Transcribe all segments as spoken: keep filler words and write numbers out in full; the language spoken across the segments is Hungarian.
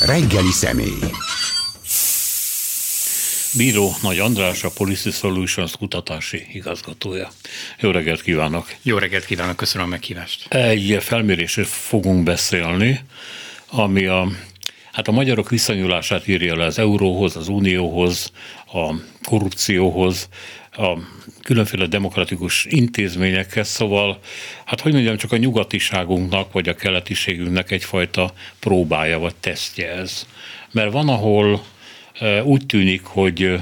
Reggeli személy. Bíró Nagy András, a Policy Solutions kutatási igazgatója. Jó reggelt kívánok! Jó reggelt kívánok, köszönöm a meghívást. Egy felmérésről fogunk beszélni, ami a, hát a magyarok viszonyulását írja le az euróhoz, az unióhoz, a korrupcióhoz, a különféle demokratikus intézményekhez, szóval, hát hogy mondjam, csak a nyugatiságunknak, vagy a keletiségünknek egyfajta próbája, vagy tesztje ez. Mert van, ahol úgy tűnik, hogy,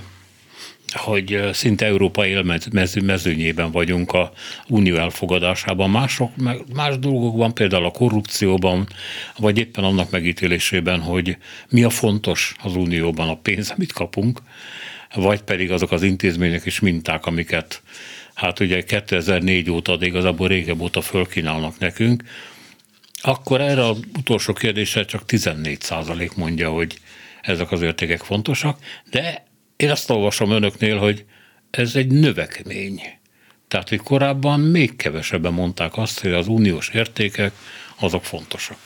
hogy szinte Európa élmezőnyében vagyunk a unió elfogadásában. Mások, más dolgokban, például a korrupcióban, vagy éppen annak megítélésében, hogy mi a fontos az unióban, a pénz, amit kapunk, vagy pedig azok az intézmények és minták, amiket hát ugye kétezer-négy óta, de igazából régebb óta fölkínálnak nekünk, akkor erre az utolsó kérdésre csak tizennégy százalék mondja, hogy ezek az értékek fontosak, de én azt olvasom önöknél, hogy ez egy növekmény. Tehát, hogy korábban még kevesebben mondták azt, hogy az uniós értékek azok fontosak.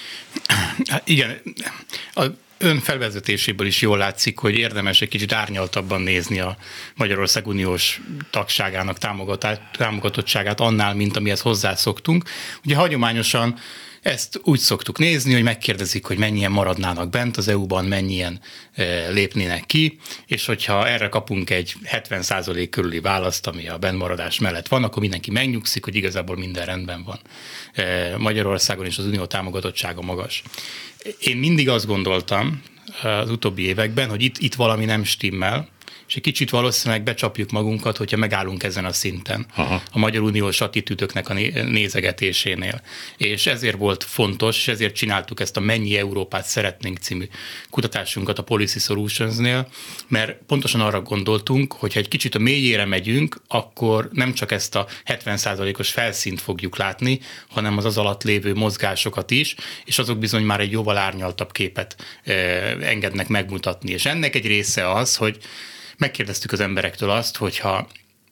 Hát igen, a ön felvezetéséből is jól látszik, hogy érdemes egy kicsit árnyaltabban nézni a Magyarország uniós tagságának támogatottságát annál, mint amihez hozzászoktunk. Ugye hagyományosan ezt úgy szoktuk nézni, hogy megkérdezik, hogy mennyien maradnának bent az é u-ban, mennyien e, lépnének ki, és hogyha erre kapunk egy hetven százalék körüli választ, ami a bennmaradás mellett van, akkor mindenki megnyugszik, hogy igazából minden rendben van. E, Magyarországon is az unió támogatottsága magas. Én mindig azt gondoltam az utóbbi években, hogy itt, itt valami nem stimmel, és egy kicsit valószínűleg becsapjuk magunkat, hogyha megállunk ezen a szinten, aha, a Magyar Uniós attitűdöknek a nézegetésénél. És ezért volt fontos, és ezért csináltuk ezt a Mennyi Európát szeretnénk című kutatásunkat a Policy Solutionsnél, mert pontosan arra gondoltunk, hogy ha egy kicsit a mélyére megyünk, akkor nem csak ezt a hetven százalékos felszínt fogjuk látni, hanem az az alatt lévő mozgásokat is, és azok bizony már egy jóval árnyaltabb képet eh, engednek megmutatni. És ennek egy része az, hogy megkérdeztük az emberektől azt, hogyha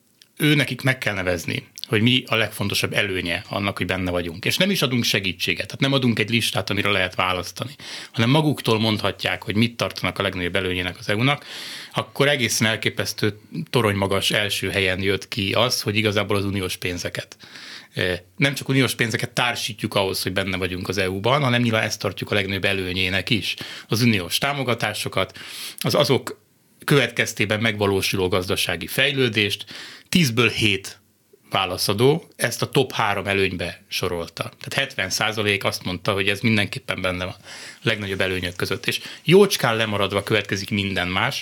ő nekik meg kell nevezni, hogy mi a legfontosabb előnye annak, hogy benne vagyunk. És nem is adunk segítséget, tehát nem adunk egy listát, amire lehet választani, hanem maguktól mondhatják, hogy mit tartanak a legnagyobb előnyének az é u-nak, akkor egészen elképesztő toronymagas első helyen jött ki az, hogy igazából az uniós pénzeket. Nem csak uniós pénzeket társítjuk ahhoz, hogy benne vagyunk az é u-ban, hanem nyilván ezt tartjuk a legnagyobb előnyének is. Az uniós támogatásokat, az azok következtében megvalósuló gazdasági fejlődést, tízből hét válaszadó ezt a top három előnybe sorolta. Tehát hetven százalék azt mondta, hogy ez mindenképpen benne van a legnagyobb előnyök között. És jócskán lemaradva következik minden más,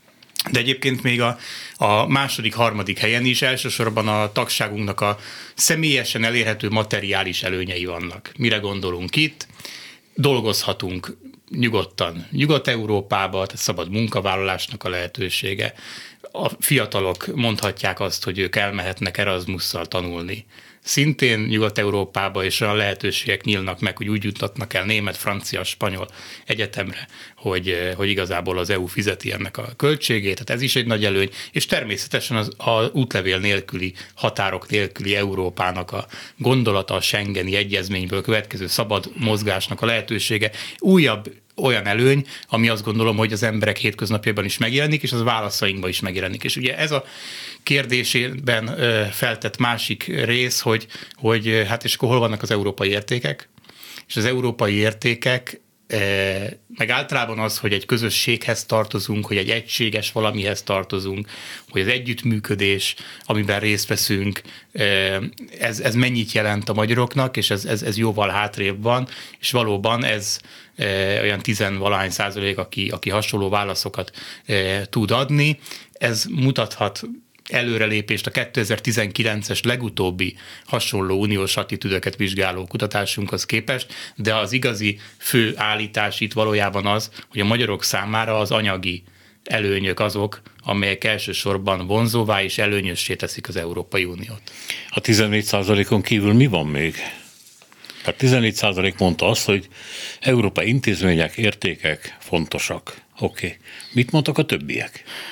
de egyébként még a, a második, harmadik helyen is elsősorban a tagságunknak a személyesen elérhető materiális előnyei vannak. Mire gondolunk itt? Dolgozhatunk nyugodtan Nyugat-Európába, tehát szabad munkavállalásnak a lehetősége. A fiatalok mondhatják azt, hogy ők elmehetnek Erasmusszal tanulni szintén Nyugat-Európába, és olyan lehetőségek nyílnak meg, hogy úgy jutatnak el német, francia, spanyol egyetemre, hogy, hogy igazából az é u fizeti ennek a költségét, tehát ez is egy nagy előny, és természetesen az, az útlevél nélküli, határok nélküli Európának a gondolata, a Schengeni egyezményből következő szabad mozgásnak a lehetősége újabb olyan előny, ami azt gondolom, hogy az emberek hétköznapjában is megjelenik, és az válaszainkban is megjelenik. És ugye ez a kérdésében feltett másik rész, hogy, hogy hát és akkor hol vannak az európai értékek? És az európai értékek meg általában az, hogy egy közösséghez tartozunk, hogy egy egységes valamihez tartozunk, hogy az együttműködés, amiben részt veszünk, ez, ez mennyit jelent a magyaroknak, és ez, ez, ez jóval hátrébb van, és valóban ez olyan tizenvalahány százalék, aki, aki hasonló válaszokat tud adni. Ez mutathat előrelépést a kétezer-tizenkilences legutóbbi hasonló uniós attitűdöket vizsgáló kutatásunkhoz képest, de az igazi fő állítás itt valójában az, hogy a magyarok számára az anyagi előnyök azok, amelyek elsősorban vonzóvá és előnyössé teszik az Európai Uniót. A tizennégy százalékon kívül mi van még? Tehát tizennégy százalék mondta azt, hogy európai intézmények, értékek fontosak. Oké. Okay. Mit mondtak a többiek?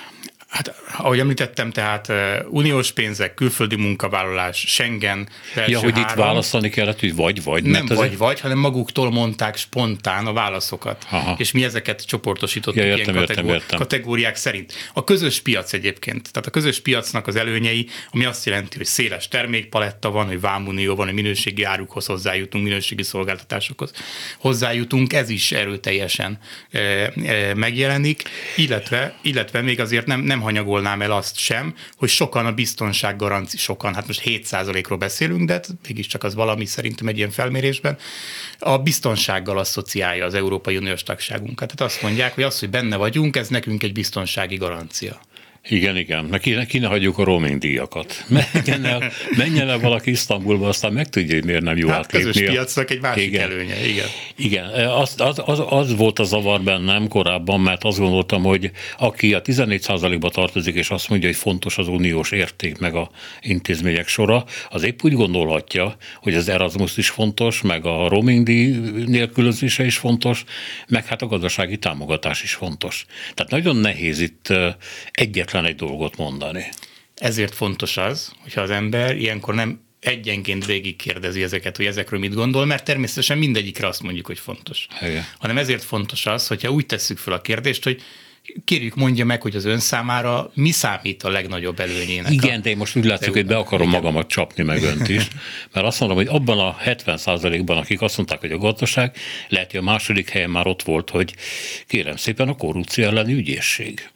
Hát, ahogy említettem, tehát uh, uniós pénzek, külföldi munkavállalás, Schengen, belső Ja, hogy három. Itt választani kellett, hogy vagy-vagy. Nem vagy-vagy, egy... hanem maguktól mondták spontán a válaszokat. Aha. És mi ezeket csoportosítottuk ja, értem, ilyen kategóri- értem, értem. kategóriák szerint. A közös piac egyébként, tehát a közös piacnak az előnyei, ami azt jelenti, hogy széles termékpaletta van, hogy vámunió van, hogy minőségi árukhoz hozzájutunk, minőségi szolgáltatásokhoz hozzájutunk, ez is erőteljesen e, e, megjelenik, illetve, illetve még azért nem, nem hanyagolnám el azt sem, hogy sokan a biztonság garanci, sokan, hát most hét százalékról beszélünk, de mégiscsak az valami szerintem egy ilyen felmérésben, a biztonsággal asszociálja az Európai Uniós tagságunkat. Tehát azt mondják, hogy az, hogy benne vagyunk, ez nekünk egy biztonsági garancia. Igen, igen. Na, ki, ki ne hagyjuk a roaming díjakat. Menjen el, menjen el valaki Isztambulba, aztán megtudja, hogy miért nem jó hát átlépni. Közös piacnak egy másik igen. előnye, igen. Igen, az, az, az, az volt a zavar bennem korábban, mert azt gondoltam, hogy aki a tizennégy százalékba tartozik, és azt mondja, hogy fontos az uniós érték, meg a intézmények sora, az épp úgy gondolhatja, hogy az Erasmus is fontos, meg a roaming díj nélkülözése is fontos, meg hát a gazdasági támogatás is fontos. Tehát nagyon nehéz itt egyetlen egy dolgot mondani. Ezért fontos az, hogyha az ember ilyenkor nem egyenként végigkérdezi ezeket, hogy ezekről mit gondol, mert természetesen mindegyikre azt mondjuk, hogy fontos. Igen. Hanem ezért fontos az, hogyha úgy tesszük fel a kérdést, hogy kérjük, mondja meg, hogy az ön számára mi számít a legnagyobb előnyének. Igen, de én most úgy látszik, hogy be akarom igen. magamat csapni meg önt is, mert azt mondom, hogy abban a hetven százalékban, akik azt mondták, hogy a gazdaság, lehet, hogy a második helyen már ott volt, hogy kérem szépen a korrupció elleni ügyészség.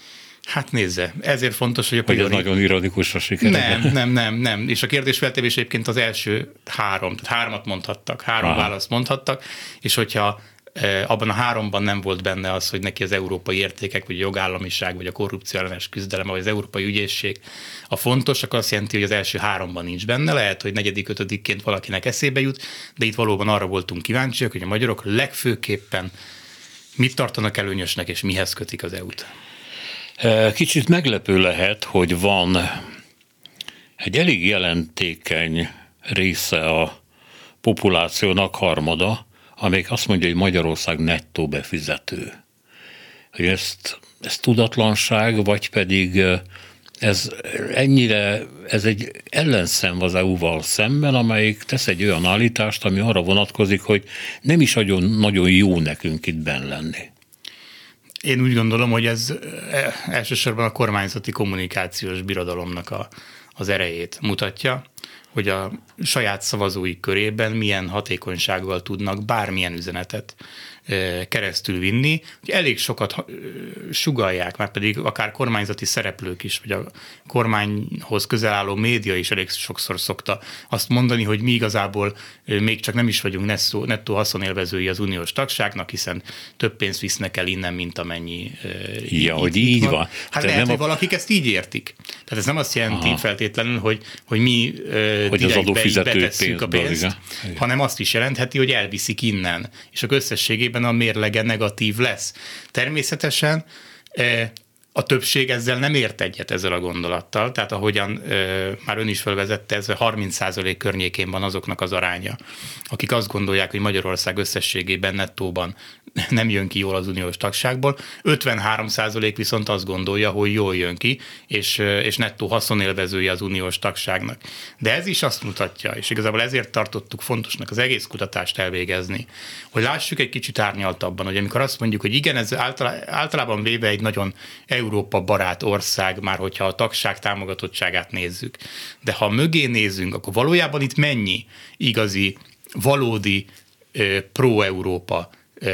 Hát nézze, ezért fontos, hogy a priori... Hogy ez nagyon ironikusra sikerült. Nem, nem, nem, nem. És a kérdésfeltevés egyébként az első három, tehát hármat mondhattak, három Aha. választ mondhattak, és hogyha e, abban a háromban nem volt benne az, hogy neki az európai értékek, vagy a jogállamiság, vagy a korrupció ellenes küzdelem, vagy az európai ügyészség a fontos, akkor azt jelenti, hogy az első háromban nincs benne. Lehet, hogy negyedik, ötödikként valakinek eszébe jut, de itt valóban arra voltunk kíváncsiak, hogy a magyarok legfőképpen mit tartanak előnyösnek, és mihez kötik az é u-t. Kicsit meglepő lehet, hogy van egy elég jelentékeny része a populációnak, harmada, amelyik azt mondja, hogy Magyarország nettó befizető. Hogy ezt, ez tudatlanság, vagy pedig ez ennyire, ez egy ellenszem az é u-val szemben, amelyik tesz egy olyan állítást, ami arra vonatkozik, hogy nem is nagyon, nagyon jó nekünk itt benn lenni. Én úgy gondolom, hogy ez elsősorban a kormányzati kommunikációs birodalomnak a, az erejét mutatja, hogy a saját szavazói körében milyen hatékonysággal tudnak bármilyen üzenetet keresztül vinni, hogy elég sokat sugallják, már pedig akár kormányzati szereplők is, vagy a kormányhoz közel álló média is elég sokszor szokta azt mondani, hogy mi igazából még csak nem is vagyunk nettó, nettó haszonélvezői az uniós tagságnak, hiszen több pénzt visznek el innen, mint amennyi ja, hogy így van. van. Hát lehet, hogy a... valakik ezt így értik. Tehát ez nem azt jelenti Aha. feltétlenül, hogy, hogy mi hogy az adófizetők betesszük a pénzt, igen. hanem azt is jelentheti, hogy elviszik innen, és a összességében a mérlege negatív lesz. Természetesen a többség ezzel nem ért egyet ezzel a gondolattal, tehát ahogyan már ön is felvezette, ez a harminc százalék környékén van azoknak az aránya, akik azt gondolják, hogy Magyarország összességében nettóban nem jön ki jól az uniós tagságból, ötvenhárom százalék viszont azt gondolja, hogy jól jön ki, és, és nettó haszonélvezője az uniós tagságnak. De ez is azt mutatja, és igazából ezért tartottuk fontosnak az egész kutatást elvégezni, hogy lássuk egy kicsit árnyaltabban, hogy amikor azt mondjuk, hogy igen, ez általában véve egy nagyon Európa barát ország, már hogyha a tagság támogatottságát nézzük. De ha mögé nézzünk, akkor valójában itt mennyi igazi, valódi pro-Európa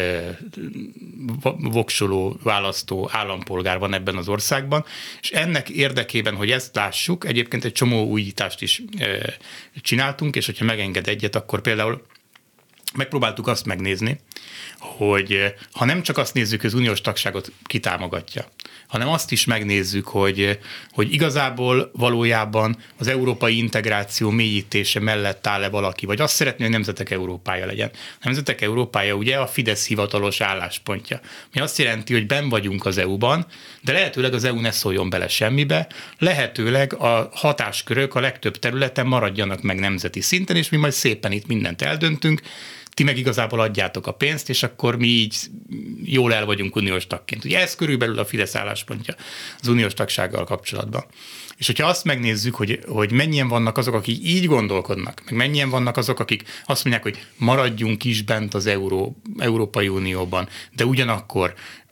voksoló választó állampolgár van ebben az országban, és ennek érdekében, hogy ezt lássuk, egyébként egy csomó újítást is csináltunk, és hogyha megenged egyet, akkor például megpróbáltuk azt megnézni, hogy ha nem csak azt nézzük, hogy az uniós tagságot kitámogatja, hanem azt is megnézzük, hogy, hogy igazából valójában az európai integráció mélyítése mellett áll-e valaki, vagy azt szeretné, hogy Nemzetek Európája legyen. A Nemzetek Európája ugye a Fidesz hivatalos álláspontja, ami azt jelenti, hogy benn vagyunk az é u-ban, de lehetőleg az é u ne szóljon bele semmibe, lehetőleg a hatáskörök a legtöbb területen maradjanak meg nemzeti szinten, és mi majd szépen itt mindent eldöntünk, ti meg igazából adjátok a pénzt, és akkor mi így jól el vagyunk uniós tagként. Ugye ez körülbelül a Fidesz álláspontja az uniós tagsággal kapcsolatban. És hogyha azt megnézzük, hogy, hogy mennyien vannak azok, akik így gondolkodnak, meg mennyien vannak azok, akik azt mondják, hogy maradjunk is bent az Euró, Európai Unióban, de ugyanakkor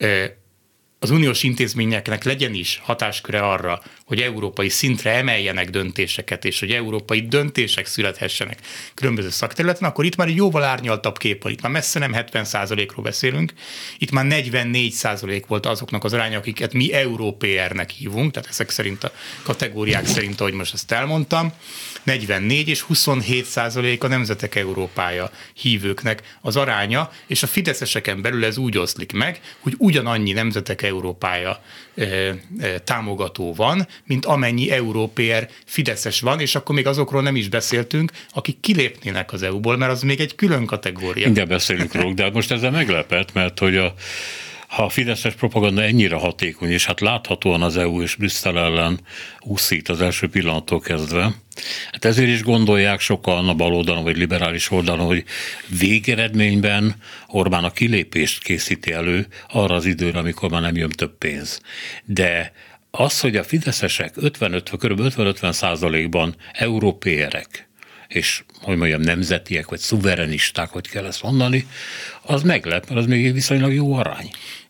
az uniós intézményeknek legyen is hatásköre arra, hogy európai szintre emeljenek döntéseket, és hogy európai döntések születhessenek különböző szakterületen, akkor itt már egy jóval árnyaltabb kép van. Itt már messze nem hetven százalékról beszélünk, itt már negyvennégy százalék volt azoknak az aránya, akiket mi európérnek hívunk, tehát ezek szerint a kategóriák szerint, ahogy most ezt elmondtam, negyvennégy és huszonhét százalék a nemzetek Európája hívőknek az aránya, és a fideszeseken belül ez úgy oszlik meg, hogy ugyanannyi nemzetek Európája e, e, támogató van, mint amennyi európér fideszes van, és akkor még azokról nem is beszéltünk, akik kilépnének az é u-ból, mert az még egy külön kategória. Mindjárt beszélünk róluk, de hát most ezzel meglepett, mert hogy a ha a fideszes propaganda ennyire hatékony, és hát láthatóan az é u és Brüsszel ellen úszít az első pillanattól kezdve, hát ezért is gondolják sokan a baloldalon vagy liberális oldalon, hogy végeredményben Orbán a kilépést készíti elő arra az időre, amikor már nem jön több pénz. De az, hogy a fideszesek ötvenöt, kb. ötven-ötven százalékban európérek, és hogy mondjam, nemzetiek, vagy szuverenisták, hogy kell ezt mondani, az meglep, mert az még egy viszonylag jó arány.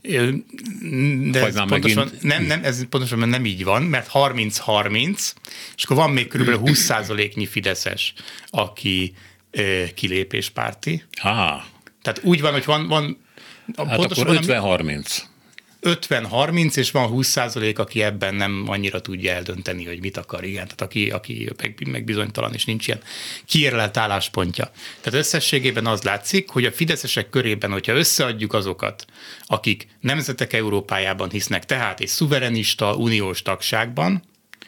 De ez pontosan, megint... nem, nem, ez pontosan nem így van, mert harminc-harminc, és akkor van még kb. húsz százaléknyi fideszes, aki ö, kilépéspárti. Há. Tehát úgy van, hogy van... van hát akkor ötven-harminc. ötven-harminc, és van húsz százalék, aki ebben nem annyira tudja eldönteni, hogy mit akar, igen. Tehát aki, aki meg, meg bizonytalan, és nincs ilyen kiérlelt álláspontja. Tehát összességében az látszik, hogy a fideszesek körében, hogyha összeadjuk azokat, akik nemzetek Európájában hisznek, tehát egy szuverenista uniós tagságban,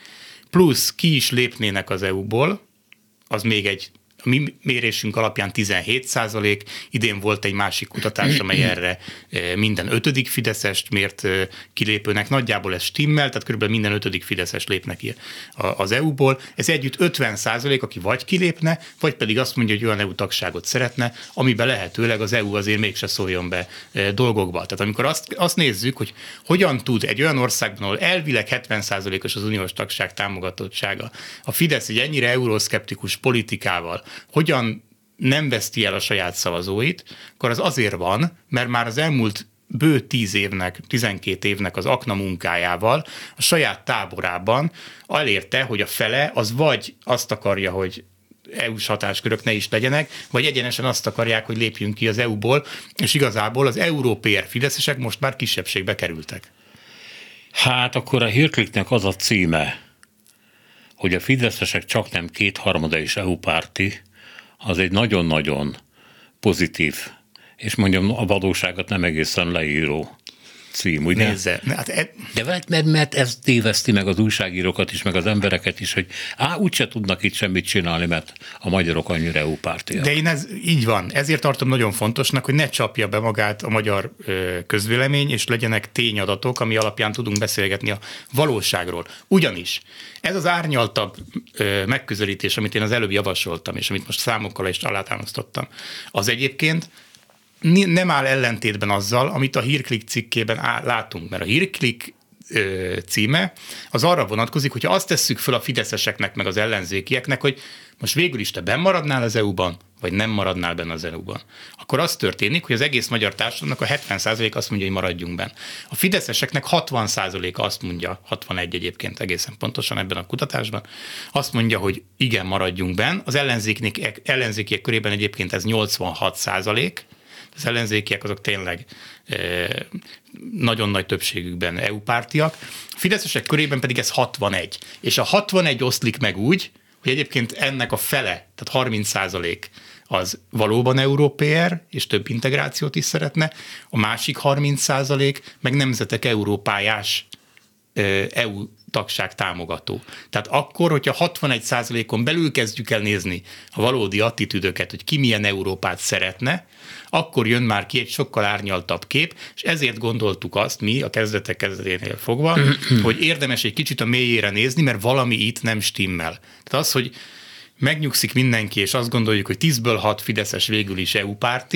plusz ki is lépnének az é u-ból, az még egy a mi mérésünk alapján tizenhét százalék, idén volt egy másik kutatás, amely erre minden ötödik fideszest mért kilépőnek, nagyjából ez stimmel, tehát körülbelül minden ötödik fideszes lépne ki az é u-ból. Ez együtt ötven százalék, aki vagy kilépne, vagy pedig azt mondja, hogy olyan é u tagságot szeretne, amiben lehetőleg az é u azért mégse szóljon be dolgokba. Tehát amikor azt, azt nézzük, hogy hogyan tud egy olyan országban, ahol elvileg hetven százalékos az uniós tagság támogatottsága, a Fidesz egy ennyire euroszkeptikus politikával hogyan nem veszti el a saját szavazóit, akkor az azért van, mert már az elmúlt bő tíz évnek, tizenkét évnek az akna munkájával a saját táborában elérte, hogy a fele az vagy azt akarja, hogy é u-s hatáskörök ne is legyenek, vagy egyenesen azt akarják, hogy lépjünk ki az é u-ból, és igazából az európér fideszesek most már kisebbségbe kerültek. Hát akkor a hírkliknek az a címe, hogy a fideszesek csak nem kétharmada is é u párti, az egy nagyon-nagyon pozitív, és mondjam, a valóságot nem egészen leíró cím, ugye? Nézze. Hát e... De mert, mert, mert ez téveszti meg az újságírókat is, meg az embereket is, hogy á, úgyse tudnak itt semmit csinálni, mert a magyarok annyira é u pártiak. De én ez így van. Ezért tartom nagyon fontosnak, hogy ne csapja be magát a magyar ö, közvélemény, és legyenek tényadatok, ami alapján tudunk beszélgetni a valóságról. Ugyanis ez az árnyaltabb ö, megközelítés, amit én az előbb javasoltam, és amit most számokkal is alátámasztottam, az egyébként nem áll ellentétben azzal, amit a Hírklik cikkében áll, látunk, mert a Hírklik ö, címe az arra vonatkozik, hogyha azt tesszük föl a fideszeseknek, meg az ellenzékieknek, hogy most végül is te benn maradnál az é u-ban, vagy nem maradnál benne az é u-ban, akkor az történik, hogy az egész magyar társadalomnak a hetven százalék azt mondja, hogy maradjunk benne. A fideszeseknek hatvan százalék azt mondja, hatvanegy egyébként egészen pontosan ebben a kutatásban, azt mondja, hogy igen, maradjunk benne. Az ellenzékiek, ellenzékiek körében egyébként ez nyolcvanhat százalék, az ellenzékiek azok tényleg e, nagyon nagy többségükben é u pártiak, a fideszesek körében pedig ez hatvanegy. És a hatvanegy oszlik meg úgy, hogy egyébként ennek a fele, tehát harminc százalék az valóban európér, és több integrációt is szeretne, a másik harminc százalék meg nemzetek európájás é u tagság támogató. Tehát akkor, hogyha hatvanegy százalékon belül kezdjük el nézni a valódi attitűdöket, hogy ki milyen Európát szeretne, akkor jön már ki egy sokkal árnyaltabb kép, és ezért gondoltuk azt mi a kezdetek kezdeténél fogva, hogy érdemes egy kicsit a mélyére nézni, mert valami itt nem stimmel. Tehát az, hogy megnyugszik mindenki, és azt gondoljuk, hogy tízből hat fideszes végül is é u párti,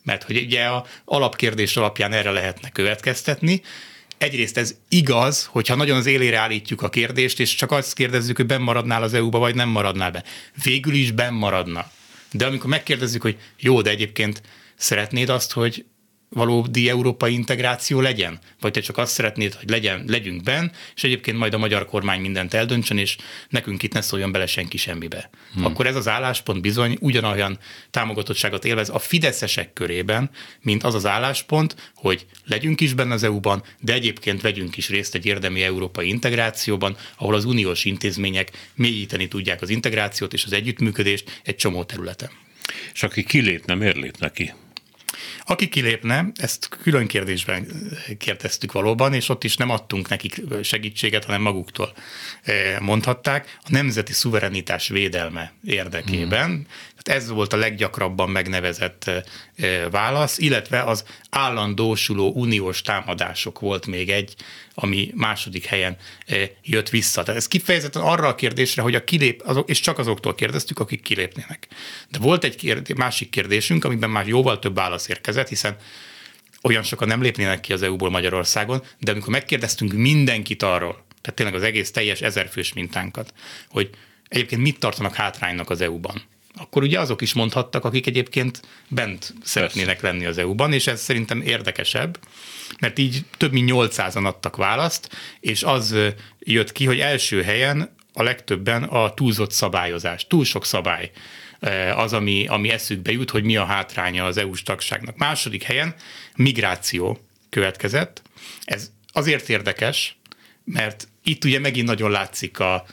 Mert hogy ugye a alapkérdés alapján erre lehetne következtetni. Egyrészt ez igaz, hogyha nagyon az élére állítjuk a kérdést, és csak azt kérdezzük, hogy benn maradnál az é u-ba, vagy nem maradnál be. Végül is benn maradna. De amikor megkérdezzük, hogy jó, de egyébként szeretnéd azt, hogy valódi európai integráció legyen? Vagy te csak azt szeretnéd, hogy legyen, legyünk benn, és egyébként majd a magyar kormány mindent eldöntsön, és nekünk itt ne szóljon bele senki semmibe. Hmm. Akkor ez az álláspont bizony ugyanolyan támogatottságot élvez a fideszesek körében, mint az az álláspont, hogy legyünk is benne az é u-ban, de egyébként vegyünk is részt egy érdemi európai integrációban, ahol az uniós intézmények mélyíteni tudják az integrációt és az együttműködést egy csomó területen. És aki kilépne, miért lépne ki? Aki kilépne, ezt külön kérdésben kérdeztük valóban, és ott is nem adtunk nekik segítséget, hanem maguktól mondhatták, a nemzeti szuverenitás védelme érdekében. Hmm. Tehát ez volt a leggyakrabban megnevezett válasz, illetve az állandósuló uniós támadások volt még egy, ami második helyen jött vissza. Tehát ez kifejezetten arra a kérdésre, hogy a kilép, azok, és csak azoktól kérdeztük, akik kilépnének. De volt egy kérdés, másik kérdésünk, amiben már jóval több válasz érkezett, hiszen olyan sokan nem lépnének ki az é u-ból Magyarországon, de amikor megkérdeztünk mindenkit arról, tehát tényleg az egész teljes ezerfős mintánkat, hogy egyébként mit tartanak hátránynak az é u-ban, akkor ugye azok is mondhattak, akik egyébként bent szeretnének lenni az é u-ban, és ez szerintem érdekesebb, mert így több mint nyolcszázan adtak választ, és az jött ki, hogy első helyen a legtöbben a túlzott szabályozás, túl sok szabály az, ami, ami eszükbe jut, hogy mi a hátránya az é u-s tagságnak. Második helyen migráció következett. Ez azért érdekes, mert itt ugye megint nagyon látszik a,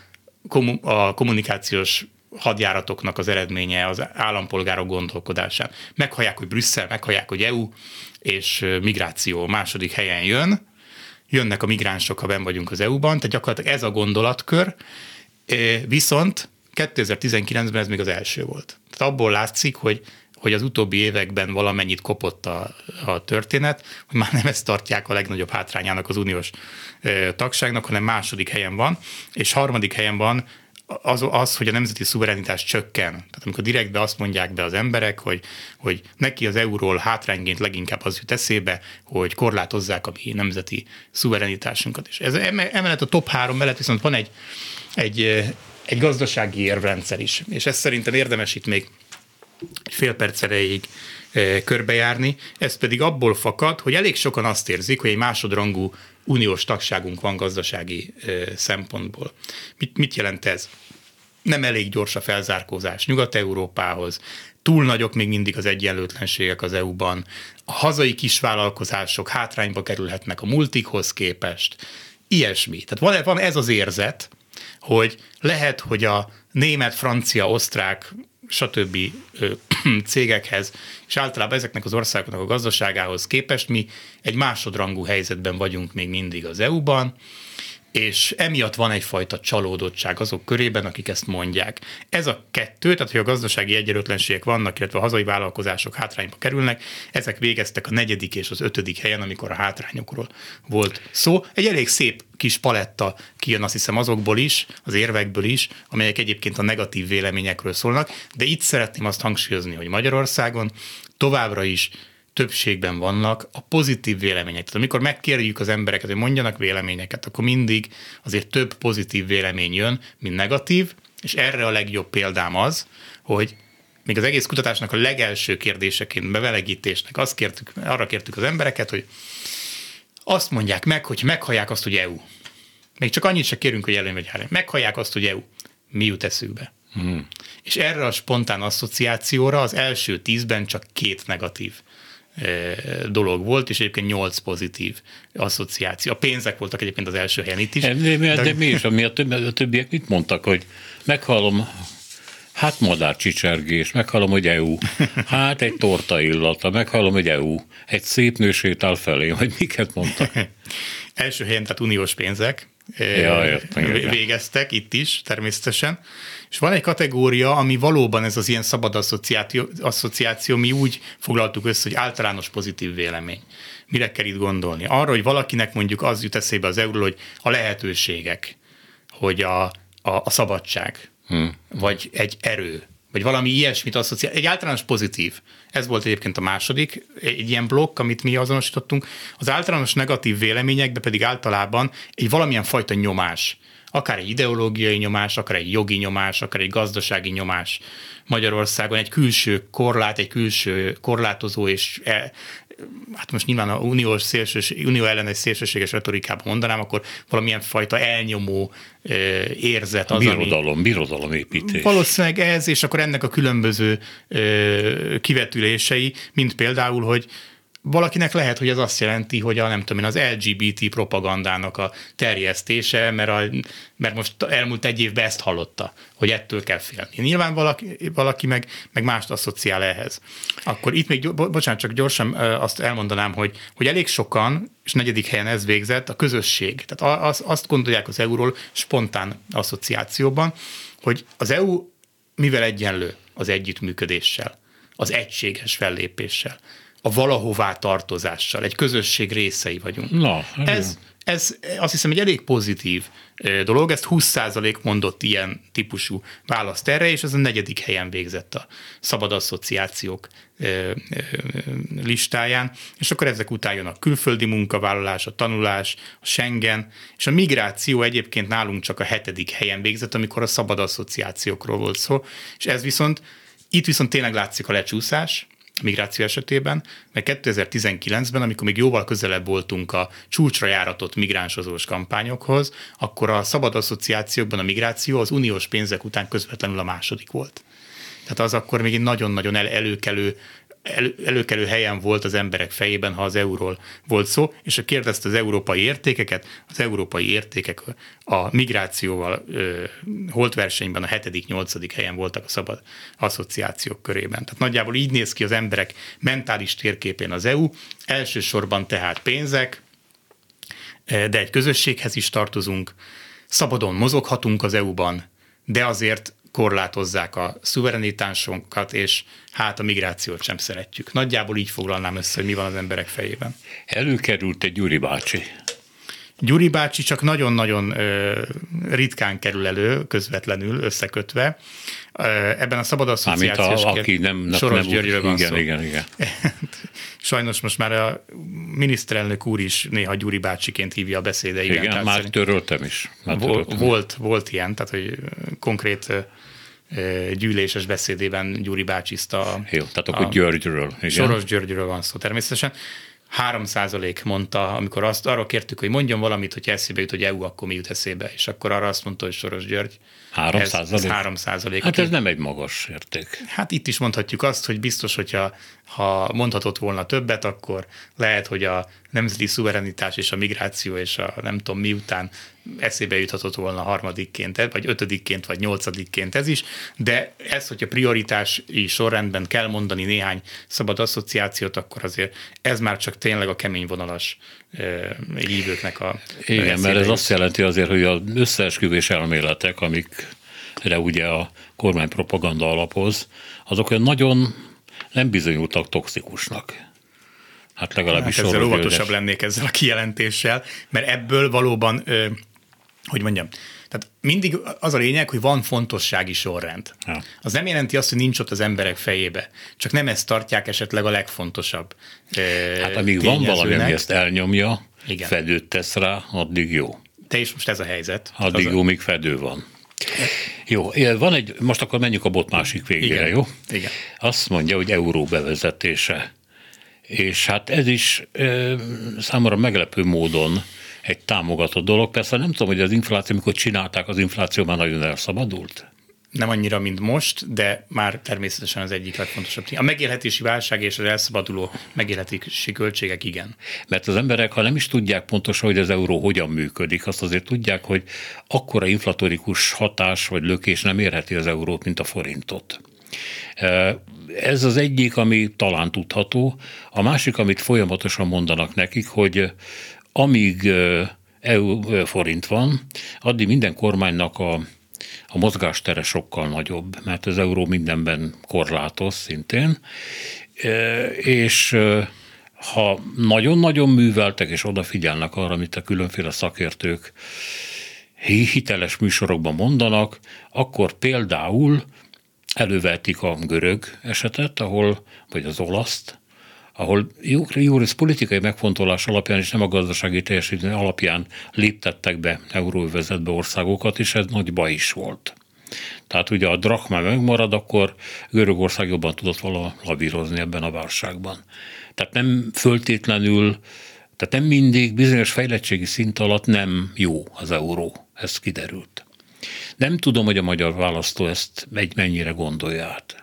a kommunikációs hadjáratoknak az eredménye az állampolgárok gondolkodásán. Meghallják, hogy Brüsszel, meghallják, hogy é u, és migráció második helyen jön, jönnek a migránsok, ha benn vagyunk az é u-ban, tehát gyakorlatilag ez a gondolatkör, viszont kétezer-tizenkilencben ez még az első volt. Tehát abból látszik, hogy, hogy az utóbbi években valamennyit kopott a, a történet, hogy már nem ezt tartják a legnagyobb hátrányának az uniós tagságnak, hanem második helyen van, és harmadik helyen van az, az, hogy a nemzeti szuverenitás csökken. Tehát amikor direktbe azt mondják be az emberek, hogy, hogy neki az euróról hátrányként leginkább az jut eszébe, hogy korlátozzák a mi nemzeti szuverenitásunkat. És ez emellett a top három mellett viszont van egy, egy, egy gazdasági érvrendszer is. És ezt szerintem érdemes itt még egy fél perc erejéig körbejárni. Ez pedig abból fakad, hogy elég sokan azt érzik, hogy egy másodrangú uniós tagságunk van gazdasági szempontból. Mit, mit jelent ez? Nem elég gyors a felzárkózás Nyugat-Európához, túl nagyok még mindig az egyenlőtlenségek az é u-ban, a hazai kisvállalkozások hátrányba kerülhetnek a multikhoz képest, ilyesmi. Tehát van, van ez az érzet, hogy lehet, hogy a német, francia, osztrák, stb. Cégekhez, és általában ezeknek az országoknak a gazdaságához képest mi egy másodrangú helyzetben vagyunk még mindig az é u-ban, és emiatt van egyfajta csalódottság azok körében, akik ezt mondják. Ez a kettő, tehát hogy a gazdasági egyenlőtlenségek vannak, illetve a hazai vállalkozások hátrányba kerülnek, ezek végeztek a negyedik és az ötödik helyen, amikor a hátrányokról volt szó. Egy elég szép kis paletta kijön, azt hiszem, azokból is, az érvekből is, amelyek egyébként a negatív véleményekről szólnak, de itt szeretném azt hangsúlyozni, hogy Magyarországon továbbra is többségben vannak a pozitív vélemények. Tehát amikor megkérjük az embereket, hogy mondjanak véleményeket, akkor mindig azért több pozitív vélemény jön, mint negatív, és erre a legjobb példám az, hogy még az egész kutatásnak a legelső kérdéseként, bevelegítésnek azt kértük, arra kértük az embereket, hogy azt mondják meg, hogy meghallják azt, hogy é u. Még csak annyit se kérünk, hogy előny vagy három. Meghallják azt, hogy é u. Mi jut eszükbe? Hmm. És erre a spontán asszociációra az első tízben csak két negatív dolog volt, és egyébként nyolc pozitív asszociáció. A pénzek voltak egyébként az első helyen itt is. De, de, de, de mi is, ami a, többi, a többiek mit mondtak, hogy meghallom, hát madárcsicsergés, meghallom, hogy é u, hát egy torta illata, meghallom, hogy é u, egy szép nő sétál felé, vagy miket mondtak? Első helyen, tehát uniós pénzek ja, értem, végeztek itt is, természetesen. És van egy kategória, ami valóban ez az ilyen szabad asszociáció, asszociáció, mi úgy foglaltuk össze, hogy általános pozitív vélemény. Mire kell itt gondolni? Arra, hogy valakinek mondjuk az jut eszébe az euróról, hogy a lehetőségek, hogy a, a, a szabadság, hmm. vagy egy erő, vagy valami ilyesmit asszociál, egy általános pozitív. Ez volt egyébként a második, egy ilyen blokk, amit mi azonosítottunk. Az általános negatív véleményekben pedig általában egy valamilyen fajta nyomás. Akár egy ideológiai nyomás, akár egy jogi nyomás, akár egy gazdasági nyomás Magyarországon, egy külső korlát, egy külső korlátozó és e, hát most nyilván a uniós szélsős, unió ellenes szélsőséges retorikában mondanám, akkor valamilyen fajta elnyomó e, érzet az, birodalom, ami... birodalomépítés. Valószínűleg ez, és akkor ennek a különböző e, kivetülései, mint például, hogy valakinek lehet, hogy ez azt jelenti, hogy a, nem tudom én, az el gé bé té propagandának a terjesztése, mert, a, mert most elmúlt egy évben ezt hallotta, hogy ettől kell félni. Nyilván valaki, valaki meg, meg mást asszociál ehhez. Akkor itt még, bocsánat, csak gyorsan azt elmondanám, hogy, hogy elég sokan, és negyedik helyen ez végzett, a közösség. Tehát az, azt gondolják az é u-ról spontán asszociációban, hogy az é u mivel egyenlő az együttműködéssel, az egységes fellépéssel, a valahová tartozással, egy közösség részei vagyunk. Na, ez, ez azt hiszem egy elég pozitív dolog, ezt húsz százalék mondott ilyen típusú választ erre, és ez a negyedik helyen végzett a szabad asszociációk listáján, és akkor ezek után jön a külföldi munkavállalás, a tanulás, a Schengen, és a migráció egyébként nálunk csak a hetedik helyen végzett, amikor a szabad asszociációkról volt szó, és ez viszont, itt viszont tényleg látszik a lecsúszás, a migráció esetében, mert kétezer-tizenkilencben, amikor még jóval közelebb voltunk a csúcsra járatott migránsozós kampányokhoz, akkor a szabad asszociációkban a migráció az uniós pénzek után közvetlenül a második volt. Tehát az akkor még egy nagyon-nagyon el- előkelő elő, előkelő helyen volt az emberek fejében, ha az euróról volt szó, és ha kérdezte az európai értékeket, az európai értékek a migrációval ö, holtversenyben a hetedik, nyolcadik helyen voltak a szabad asszociációk körében. Tehát nagyjából így néz ki az emberek mentális térképén az é u, elsősorban tehát pénzek, de egy közösséghez is tartozunk, szabadon mozoghatunk az é u-ban, de azért korlátozzák a szuverenitásunkat, és hát a migrációt sem szeretjük. Nagyjából így foglalnám össze, hogy mi van az emberek fejében. Előkerült egy Gyuri bácsi. Gyuri bácsi csak nagyon-nagyon ö, ritkán kerül elő, közvetlenül összekötve. Ö, ebben a szabad asszociációs... A, aki nem... Soros nem Györgyről van igen, szó. Igen, igen. Sajnos most már a miniszterelnök úr is néha Gyuri bácsiként hívja a beszédeiben. Igen, már töröltem is. Már Vol, töröltem. Volt, volt ilyen, tehát hogy konkrét gyűléses beszédében Gyuri bácsiszta. Jó, tehát akkor Györgyről. Igen. Soros Györgyről van szó természetesen. három százalék mondta, amikor azt arra kértük, hogy mondjon valamit, hogy eszébe jut, hogy é u, akkor mi jut eszébe. És akkor arra azt mondta, hogy Soros György. három százalék? Ez, ez három százalék. Hát ez nem egy magas érték. Hát itt is mondhatjuk azt, hogy biztos, hogyha ha mondhatott volna többet, akkor lehet, hogy a nemzeti szuverenitás és a migráció és a nem tudom miután eszébe juthatott volna harmadikként, vagy ötödikként, vagy nyolcadikként ez is, de ez, hogyha prioritási sorrendben kell mondani néhány szabad asszociációt, akkor azért ez már csak tényleg a kemény vonalas hívőknek a... Igen, mert ez azt jelenti azért, hogy az összeesküvés elméletek, amikre ugye a kormány propaganda alapoz, azok olyan nagyon nem bizonyultak toxikusnak. Hát legalábbis hát ezzel óvatosabb lennék ezzel a kijelentéssel, mert ebből valóban, ö, hogy mondjam, tehát mindig az a lényeg, hogy van fontossági sorrend. Ja. Az nem jelenti azt, hogy nincs ott az emberek fejébe, csak nem ezt tartják esetleg a legfontosabb ö, Hát amíg van valami, ami ezt elnyomja, igen, fedőt tesz rá, addig jó. De és most ez a helyzet. Addig jó, míg fedő van. Jó, van egy, most akkor menjünk a bot másik végére, igen, jó? Igen. Azt mondja, hogy euró bevezetése. És hát ez is e, számomra meglepő módon egy támogatott dolog. Persze nem tudom, hogy az infláció, amikor csinálták, az infláció már nagyon elszabadult. Nem annyira, mint most, de már természetesen az egyik legfontosabb. A megélhetési válság és az elszabaduló megélhetési költségek, igen. Mert az emberek, ha nem is tudják pontosan, hogy az euró hogyan működik, azt azért tudják, hogy akkora inflatorikus hatás vagy lökés nem érheti az eurót, mint a forintot. Ez az egyik, ami talán tudható. A másik, amit folyamatosan mondanak nekik, hogy amíg é u forint van, addig minden kormánynak a, a mozgástere sokkal nagyobb, mert az euró mindenben korlátoz szintén, és ha nagyon-nagyon műveltek és odafigyelnek arra, amit a különféle elővetik a görög esetet, ahol, vagy az olaszt, ahol jó rész politikai megfontolás alapján és nem a gazdasági teljesítmény alapján léptettek be euróövezetbe országokat, és ez nagy baj is volt. Tehát ugye a drachma megmarad, akkor Görögország jobban tudott vala lavírozni ebben a válságban. Tehát nem föltétlenül, tehát nem mindig bizonyos fejlettségi szint alatt nem jó az euró. Ez kiderült. Nem tudom, hogy a magyar választó ezt egy mennyire gondolja át.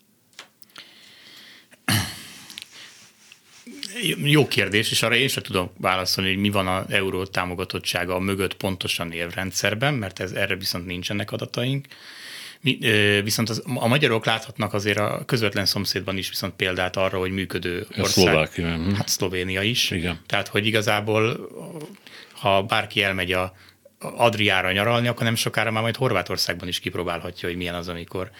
Jó kérdés, és arra én sem tudom válaszolni, hogy mi van az euró támogatottsága mögött pontosan érvrendszerben, mert ez, erre viszont nincsenek adataink. Mi, viszont az, a magyarok láthatnak azért a közvetlen szomszédban is viszont példát arra, hogy működő ország. Szlovákia. Hát Szlovénia is. Igen. Tehát, hogy igazából, ha bárki elmegy a Adriára nyaralni, akkor nem sokára már majd Horvátországban is kipróbálhatja, hogy milyen az, amikor,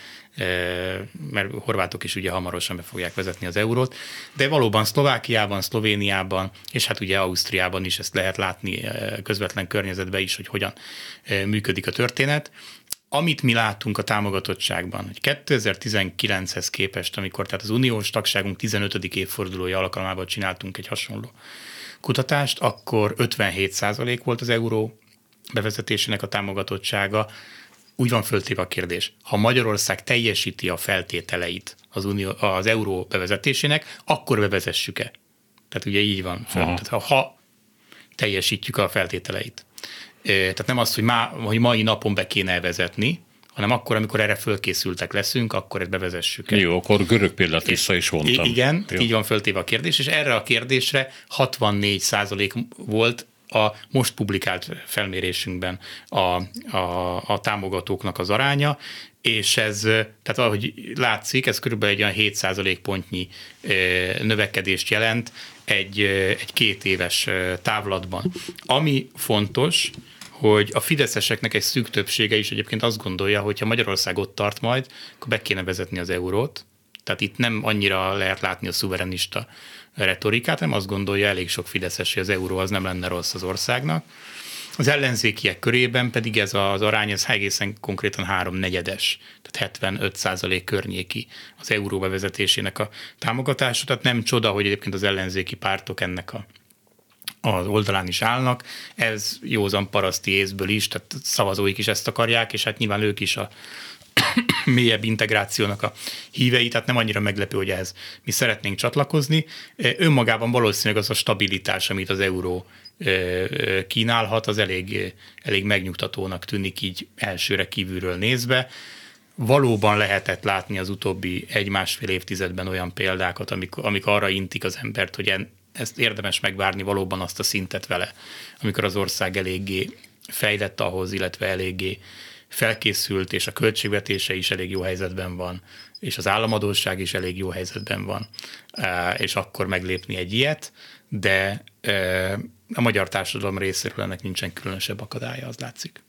mert horvátok is ugye hamarosan be fogják vezetni az eurót, de valóban Szlovákiában, Szlovéniában, és hát ugye Ausztriában is ezt lehet látni közvetlen környezetben is, hogy hogyan működik a történet. Amit mi láttunk a támogatottságban, hogy kétezer-tizenkilenchez képest, amikor tehát az uniós tagságunk tizenötödik évfordulója alkalmával csináltunk egy hasonló kutatást, akkor ötvenhét százalék volt az euró bevezetésének a támogatottsága. Úgy van föltéve a kérdés, ha Magyarország teljesíti a feltételeit az, unió, az euró bevezetésének, akkor bevezessük-e? Tehát ugye így van. Tehát, ha, ha teljesítjük a feltételeit. Tehát nem az, hogy, má, hogy mai napon be kéne vezetni, hanem akkor, amikor erre fölkészültek leszünk, akkor ezt bevezessük. Jó, akkor görög példát vissza is vontam. Igen, Jó. Így van föltéve a kérdés, és erre a kérdésre hatvannégy százalék volt a most publikált felmérésünkben a, a, a támogatóknak az aránya, és ez, tehát ahogy látszik, ez körülbelül egy olyan hét százalékpontnyi növekedést jelent egy, egy két éves távlatban. Ami fontos, hogy a fideszeseknek egy szűk többsége is egyébként azt gondolja, hogy ha Magyarország ott tart majd, akkor be kéne vezetni az eurót. Tehát itt nem annyira lehet látni a szuverenista retorikát, nem azt gondolja elég sok fideszes, hogy az euró az nem lenne rossz az országnak. Az ellenzékiek körében pedig ez az arány, ez egészen konkrétan háromnegyedes, tehát hetvenöt százalék környéki az euró bevezetésének a támogatása. Tehát nem csoda, hogy egyébként az ellenzéki pártok ennek a az oldalán is állnak, ez józan paraszti észből is, tehát szavazóik is ezt akarják, és hát nyilván ők is a mélyebb integrációnak a hívei, tehát nem annyira meglepő, hogy ehhez mi szeretnénk csatlakozni. Önmagában valószínűleg az a stabilitás, amit az euró kínálhat, az elég, elég megnyugtatónak tűnik így elsőre kívülről nézve. Valóban lehetett látni az utóbbi egy-másfél évtizedben olyan példákat, amik, amik arra intik az embert, hogy en, ezt érdemes megvárni valóban azt a szintet vele, amikor az ország eléggé fejlett ahhoz, illetve eléggé felkészült, és a költségvetése is elég jó helyzetben van, és az államadósság is elég jó helyzetben van, és akkor meglépni egy ilyet, de a magyar társadalom részéről ennek nincsen különösebb akadálya, az látszik.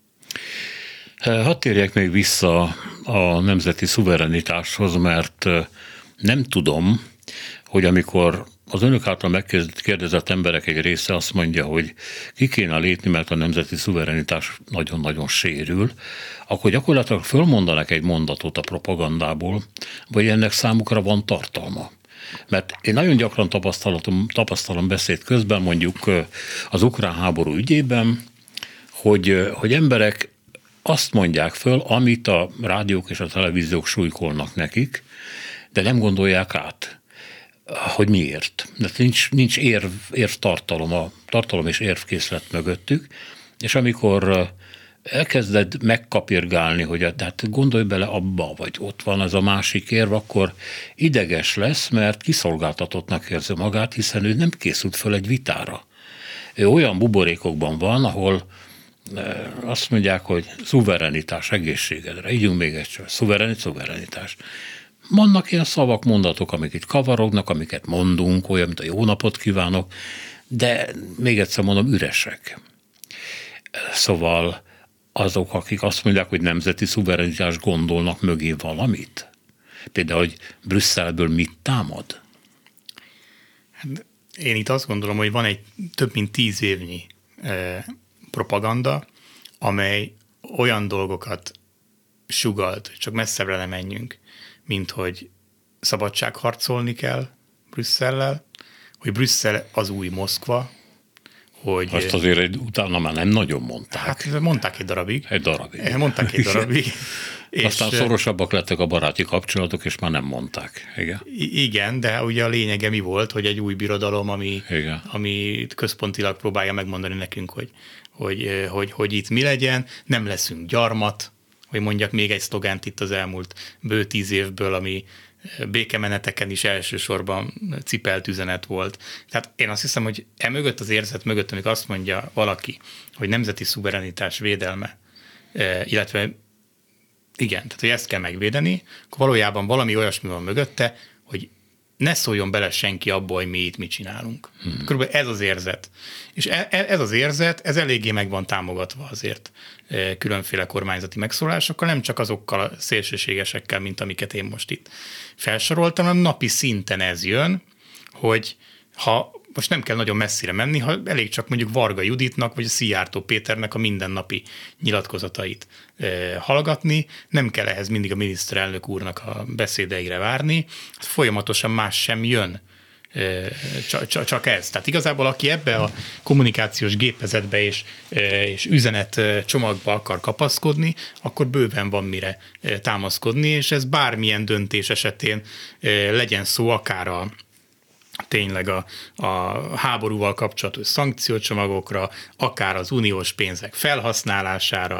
Hadd térjek még vissza a nemzeti szuverenitáshoz, mert nem tudom, hogy amikor az önök által megkérdezett emberek egy része azt mondja, hogy ki kéne lépni, mert a nemzeti szuverenitás nagyon-nagyon sérül, akkor gyakorlatilag fölmondanak egy mondatot a propagandából, vagy ennek számukra van tartalma. Mert én nagyon gyakran tapasztalom, tapasztalom beszéd közben, mondjuk az ukrán háború ügyében, hogy, hogy emberek azt mondják föl, amit a rádiók és a televíziók súlykolnak nekik, de nem gondolják át, hogy miért. De nincs, nincs érv, érv tartalom, a tartalom és érvkészlet mögöttük, és amikor elkezded megkapirgálni, hogy hát gondolj bele abba, vagy ott van ez a másik érv, akkor ideges lesz, mert kiszolgáltatottnak érzi magát, hiszen ő nem készült föl egy vitára. Ő olyan buborékokban van, ahol azt mondják, hogy szuverenitás egészségedre, ígyunk még egy sor, szuverenitás, szuverenitás. Vannak ilyen szavak, mondatok, amik itt kavarognak, amiket mondunk, olyan, mint a jó napot kívánok, de még egyszer mondom, üresek. Szóval azok, akik azt mondják, hogy nemzeti szuverenitás gondolnak mögé valamit? Például, hogy Brüsszelből mit támad? Hát én itt azt gondolom, hogy van egy több mint tíz évnyi eh, propaganda, amely olyan dolgokat sugalt, csak messzebbre nem menjünk, mint hogy szabadságharcolni kell Brüsszellel, hogy Brüsszel az új Moszkva, hogy... Azt azért egy, utána már nem nagyon mondták. Hát mondták egy darabig. Egy darabig. Mondták egy darabig. És aztán szorosabbak lettek a baráti kapcsolatok, és már nem mondták. Igen. Igen, de ugye a lényege mi volt, hogy egy új birodalom, ami, ami központilag próbálja megmondani nekünk, hogy, hogy, hogy, hogy itt mi legyen, nem leszünk gyarmat, hogy mondjak még egy szlogánt itt az elmúlt bő tíz évből, ami békemeneteken is elsősorban cipelt üzenet volt. Tehát én azt hiszem, hogy e mögött az érzet mögött, amikor azt mondja valaki, hogy nemzeti szuverenitás védelme, illetve igen, tehát hogy ezt kell megvédeni, akkor valójában valami olyasmi van mögötte, hogy ne szóljon bele senki abba, hogy mi itt mit csinálunk. Hmm. Körülbelül ez az érzet. És ez az érzet, ez eléggé meg van támogatva azért különféle kormányzati megszólásokkal, nem csak azokkal a szélsőségesekkel, mint amiket én most itt felsoroltam, hanem napi szinten ez jön, hogy ha most nem kell nagyon messzire menni, ha elég csak mondjuk Varga Juditnak, vagy a Szijjártó Péternek a mindennapi nyilatkozatait e, hallgatni, nem kell ehhez mindig a miniszterelnök úrnak a beszédeire várni, folyamatosan más sem jön, e, csak, csak ez. Tehát igazából aki ebbe a kommunikációs gépezetbe és, e, és üzenet csomagba akar kapaszkodni, akkor bőven van mire e, támaszkodni, és ez bármilyen döntés esetén e, legyen szó akár a tényleg a, a háborúval kapcsolatos szankciócsomagokra, akár az uniós pénzek felhasználására,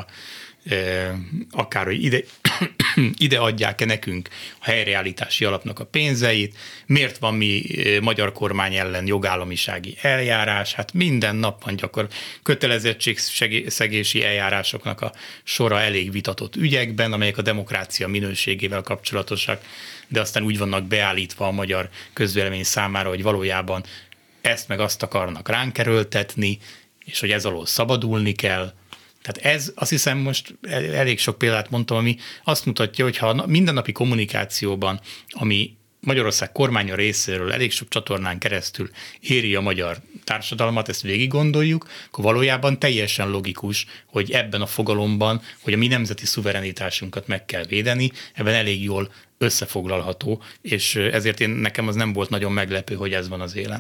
akár, hogy ide, ide adják-e nekünk a helyreállítási alapnak a pénzeit, miért van mi magyar kormány ellen jogállamisági eljárás, hát minden nap van gyakor kötelezettségszegési eljárásoknak a sora elég vitatott ügyekben, amelyek a demokrácia minőségével kapcsolatosak, de aztán úgy vannak beállítva a magyar közvélemény számára, hogy valójában ezt meg azt akarnak ránk erőltetni, és hogy ez alól szabadulni kell. Tehát ez, azt hiszem, most elég sok példát mondtam, ami azt mutatja, hogy ha mindennapi kommunikációban, ami Magyarország kormánya részéről elég sok csatornán keresztül éri a magyar társadalmat, ezt végig gondoljuk, akkor valójában teljesen logikus, hogy ebben a fogalomban, hogy a mi nemzeti szuverenitásunkat meg kell védeni, ebben elég jól összefoglalható, és ezért én, nekem az nem volt nagyon meglepő, hogy ez van az élen.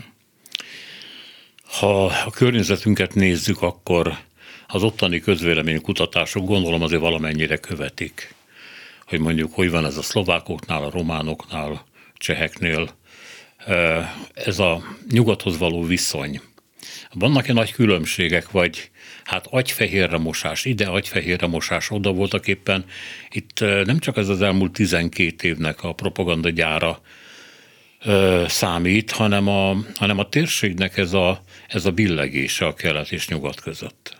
Ha a környezetünket nézzük, akkor az ottani közvéleménykutatások gondolom azért valamennyire követik, hogy mondjuk hogy van ez a szlovákoknál, a románoknál, cseheknél, ez a nyugathoz való viszony. Vannak-e nagy különbségek, vagy hát agyfehérre mosás, ide agyfehérre mosás, oda voltak éppen. Itt nem csak ez az elmúlt tizenkét évnek a propagandagyára számít, hanem a, hanem a térségnek ez a, ez a billegése a kelet és nyugat között.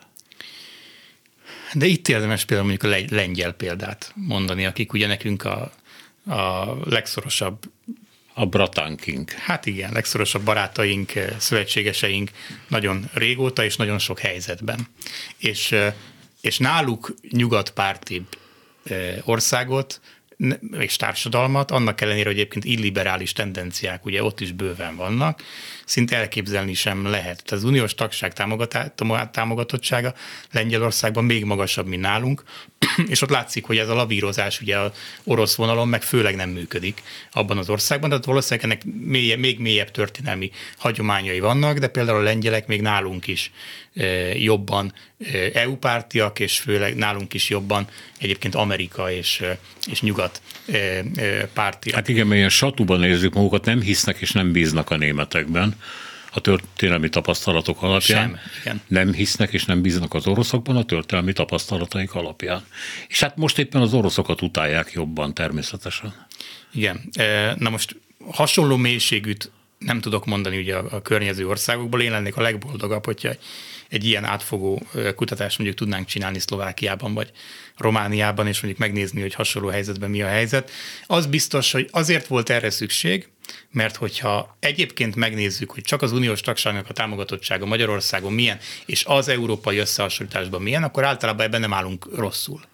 De itt érdemes például mondjuk a lengyel példát mondani, akik ugye nekünk a, a legszorosabb a bratánkink. Hát igen, legszorosabb barátaink, szövetségeseink nagyon régóta és nagyon sok helyzetben. És, és náluk nyugatpártibb országot és társadalmat, annak ellenére, hogy egyébként illiberális tendenciák ugye ott is bőven vannak, szinte elképzelni sem lehet. Az uniós tagság támogatottsága Lengyelországban még magasabb, mint nálunk, és ott látszik, hogy ez a lavírozás ugye az orosz vonalon meg főleg nem működik abban az országban, tehát valószínűleg ennek mélye, még mélyebb történelmi hagyományai vannak, de például a lengyelek még nálunk is jobban é u-pártiak, és főleg nálunk is jobban egyébként Amerika és, és nyugat pártiak. Hát igen, mert ilyen satúban nézzük magukat, nem hisznek és nem bíznak a németekben a történelmi tapasztalatok alapján. Sem, igen. Nem hisznek és nem bíznak az oroszokban a történelmi tapasztalataik alapján. És hát most éppen az oroszokat utálják jobban természetesen. Igen. Na most hasonló mélységűt nem tudok mondani ugye a, a környező országokból. Én lennék a legboldogabb, hogyha egy ilyen átfogó kutatást mondjuk tudnánk csinálni Szlovákiában vagy Romániában, és mondjuk megnézni, hogy hasonló helyzetben mi a helyzet. Az biztos, hogy azért volt erre szükség, mert hogyha egyébként megnézzük, hogy csak az uniós tagságnak a támogatottsága Magyarországon milyen, és az európai összehasonlításban milyen, akkor általában ebben nem állunk rosszul.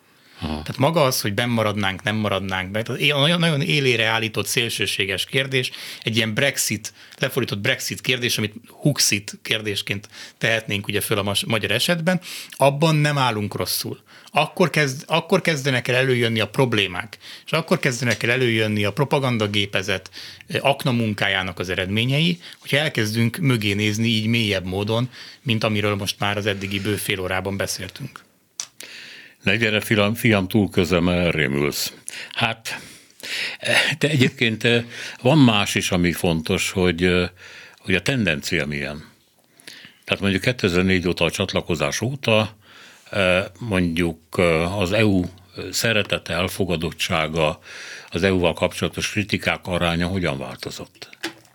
Aha. Tehát maga az, hogy benn maradnánk, nem maradnánk be, nagyon, nagyon élére állított szélsőséges kérdés, egy ilyen Brexit, lefordított Brexit kérdés, amit Huxit kérdésként tehetnénk ugye föl a magyar esetben, abban nem állunk rosszul. Akkor, kezd, akkor kezdenek el előjönni a problémák, és akkor kezdenek el előjönni a propagandagépezet akna munkájának az eredményei, hogy elkezdünk mögé nézni így mélyebb módon, mint amiről most már az eddigi bő fél órában beszéltünk. Ne gyere, fiam, fiam túl közel, mert elrémülsz. Hát, de egyébként van más is, ami fontos, hogy, hogy a tendencia milyen. Tehát mondjuk kétezer-négy óta, a csatlakozás óta mondjuk az é u szeretete, elfogadottsága, az é u-val kapcsolatos kritikák aránya hogyan változott?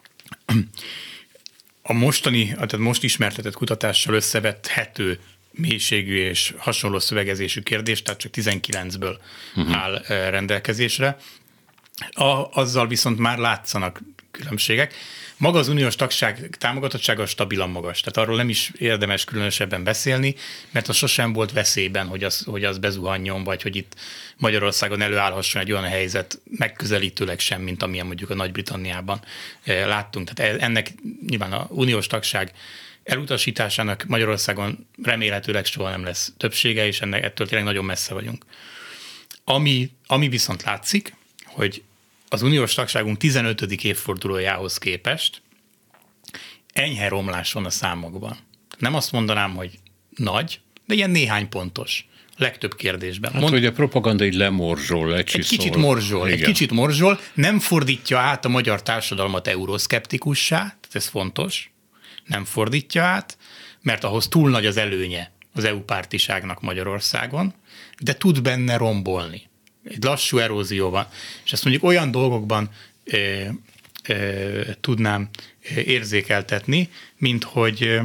A mostani, tehát most ismertetett kutatással összevethető mélységű és hasonló szövegezésű kérdés, tehát csak tizenkilencből uh-huh. áll rendelkezésre. A, azzal viszont már látszanak különbségek. Maga az uniós tagság támogatottsága stabilan magas, tehát arról nem is érdemes különösebben beszélni, mert az sosem volt veszélyben, hogy az, hogy az bezuhanjon, vagy hogy itt Magyarországon előállhasson egy olyan helyzet megközelítőleg sem, mint amilyen mondjuk a Nagy-Britanniában láttunk. Tehát ennek nyilván az uniós tagság elutasításának Magyarországon remélhetőleg soha nem lesz többsége, és ennek ettől tényleg nagyon messze vagyunk. Ami, ami viszont látszik, hogy az uniós tagságunk tizenötödik évfordulójához képest enyhe romlás van a számokban. Nem azt mondanám, hogy nagy, de ilyen néhány pontos. Legtöbb kérdésben. Hát, Mond, hogy a propaganda így lemorzsol, lecsiszol. Egy kicsit morzsol, Igen. egy kicsit morzsol, nem fordítja át a magyar társadalmat euroszkeptikussá, tehát ez fontos, nem fordítja át, mert ahhoz túl nagy az előnye az é u pártiságnak Magyarországon, de tud benne rombolni. Egy lassú erózió van. És ezt mondjuk olyan dolgokban e, e, tudnám érzékeltetni, mint hogy,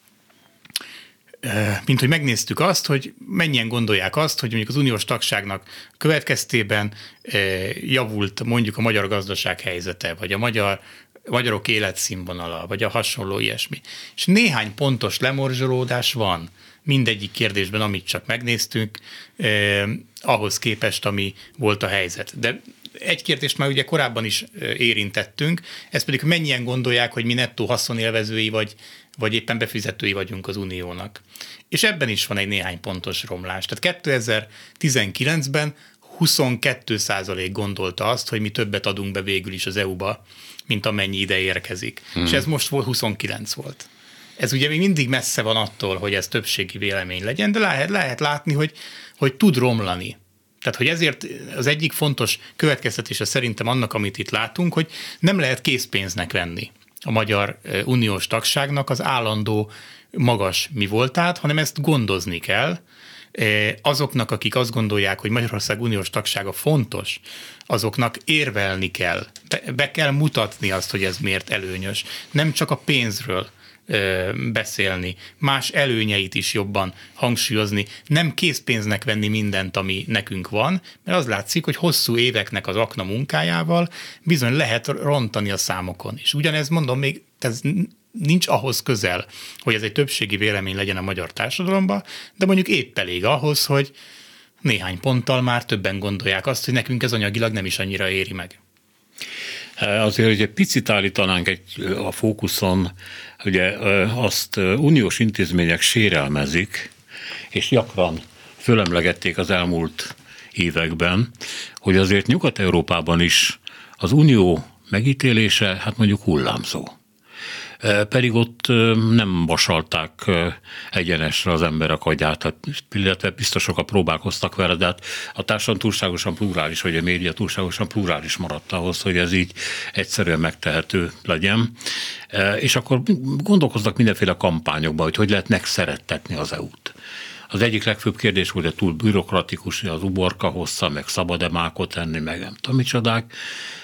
e, mint hogy megnéztük azt, hogy mennyien gondolják azt, hogy mondjuk az uniós tagságnak következtében e, javult mondjuk a magyar gazdaság helyzete, vagy a magyar magyarok életszínvonala, vagy a hasonló ilyesmi. És néhány pontos lemorzsolódás van mindegyik kérdésben, amit csak megnéztünk, eh, ahhoz képest, ami volt a helyzet. De egy kérdést már ugye korábban is érintettünk, ez pedig mennyien gondolják, hogy mi nettó haszonélvezői vagy, vagy éppen befizetői vagyunk az uniónak. És ebben is van egy néhány pontos romlás. Tehát kétezer-tizenkilencben huszonkettő százalék gondolta azt, hogy mi többet adunk be végül is az é u-ba, mint amennyi ide érkezik. Hmm. És ez most volt huszonkilenc volt. Ez ugye még mindig messze van attól, hogy ez többségi vélemény legyen, de lehet, lehet látni, hogy, hogy tud romlani. Tehát, hogy ezért az egyik fontos következtetése szerintem annak, amit itt látunk, hogy nem lehet készpénznek venni a magyar uniós tagságnak az állandó magas mi voltát, hanem ezt gondozni kell. Azoknak, akik azt gondolják, hogy Magyarország uniós tagsága fontos, azoknak érvelni kell. Be kell mutatni azt, hogy ez miért előnyös. Nem csak a pénzről beszélni, más előnyeit is jobban hangsúlyozni, nem készpénznek venni mindent, ami nekünk van, mert az látszik, hogy hosszú éveknek az akna munkájával bizony lehet rontani a számokon. És ugyanez mondom, még ez nincs ahhoz közel, hogy ez egy többségi vélemény legyen a magyar társadalomban, de mondjuk épp elég ahhoz, hogy néhány ponttal már többen gondolják azt, hogy nekünk ez anyagilag nem is annyira éri meg. Azért, hogy egy picit állítanánk egy, a fókuszon, ugye azt uniós intézmények sérelmezik, és gyakran fölemlegették az elmúlt években, hogy azért Nyugat-Európában is az unió megítélése, hát mondjuk hullámzó. Pedig ott nem vasalták egyenesre az emberek agyát, illetve biztosokat próbálkoztak vele, de hát a társadalom túlságosan plurális, vagy a média túlságosan plurális maradt ahhoz, hogy ez így egyszerűen megtehető legyen. És akkor gondolkoznak mindenféle kampányokban, hogy hogy lehet megszerettetni az é u-t. Az egyik legfőbb kérdés volt, hogy túl bürokratikus, az uborka hossza, meg szabad-e mákot enni, meg nem tudom micsodák.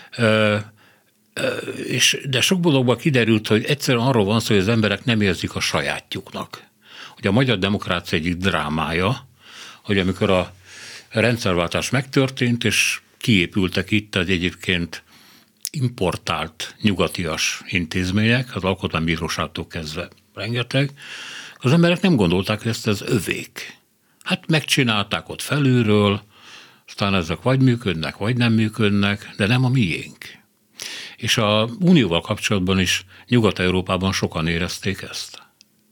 És, de sok dologban kiderült, hogy egyszerűen arról van szó, hogy az emberek nem érzik a sajátjuknak. Hogy a magyar demokrácia egyik drámája, hogy amikor a rendszerváltás megtörtént, és kiépültek itt az egyébként importált nyugatias intézmények, az alkotmánybíróságtól kezdve rengeteg, az emberek nem gondolták, hogy ezt az övék. Hát megcsinálták ott felülről, aztán ezek vagy működnek, vagy nem működnek, de nem a miénk. És a Unióval kapcsolatban is Nyugat-Európában sokan érezték ezt.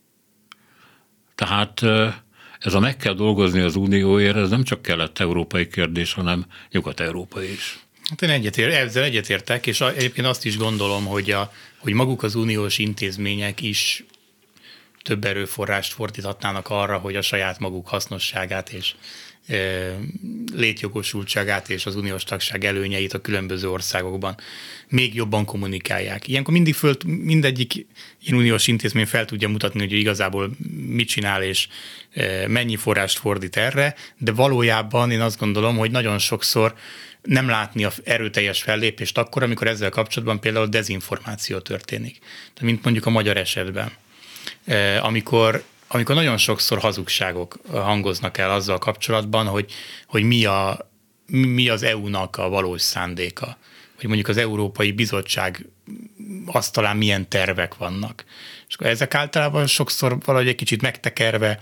Tehát ez a meg kell dolgozni az Unióért, ez nem csak kelet-európai kérdés, hanem nyugat-európai is. Hát én egyetér, ezzel egyetértek, és egyébként azt is gondolom, hogy, a, hogy maguk az uniós intézmények is több erőforrást fordíthatnának arra, hogy a saját maguk hasznosságát és e, létjogosultságát és az uniós tagság előnyeit a különböző országokban még jobban kommunikálják. Ilyenkor mindig föl, mindegyik ilyen uniós intézmény fel tudja mutatni, hogy igazából mit csinál és e, mennyi forrást fordít erre, de valójában én azt gondolom, hogy nagyon sokszor nem látni az erőteljes fellépést akkor, amikor ezzel kapcsolatban például dezinformáció történik. De mint mondjuk a magyar esetben. Amikor, amikor nagyon sokszor hazugságok hangoznak el azzal kapcsolatban, hogy, hogy mi, a, mi az é u-nak a valós szándéka, hogy mondjuk az Európai Bizottság asztalán milyen tervek vannak. És akkor ezek általában sokszor valahogy egy kicsit megtekerve,